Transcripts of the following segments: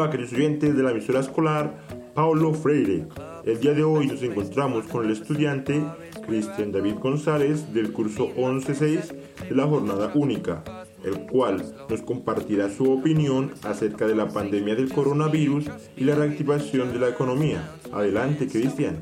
Hola, queridos oyentes de la emisora escolar Paulo Freire. El día de hoy nos encontramos con el estudiante Cristian David González del curso 11.6 de la jornada única, el cual nos compartirá su opinión acerca de la pandemia del coronavirus y la reactivación de la economía. Adelante, Cristian.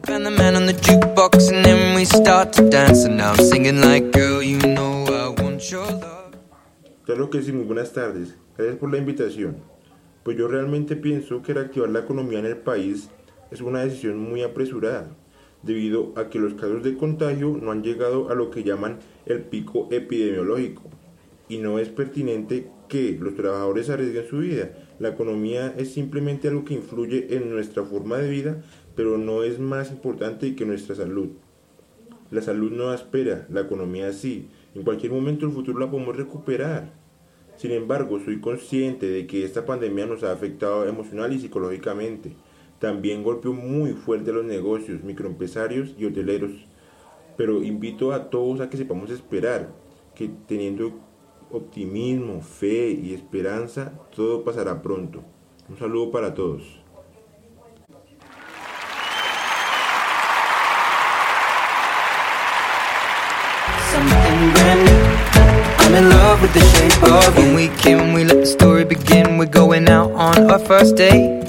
Claro que sí, muy buenas tardes. Gracias por la invitación. Pues yo realmente pienso que reactivar la economía en el país es una decisión muy apresurada, debido a que los casos de contagio no han llegado a lo que llaman el pico epidemiológico, y no es pertinente que los trabajadores arriesguen su vida. La economía es simplemente algo que influye en nuestra forma de vida, pero no es más importante que nuestra salud. La salud no espera, la economía sí. En cualquier momento el futuro la podemos recuperar. Sin embargo, soy consciente de que esta pandemia nos ha afectado emocional y psicológicamente. También golpeó muy fuerte a los negocios, microempresarios y hoteleros. Pero invito a todos a que sepamos esperar, que teniendo optimismo, fe y esperanza, todo pasará pronto. Un saludo para todos. I'm in love with the shape of you. When we let the story begin. We're going out on our first date.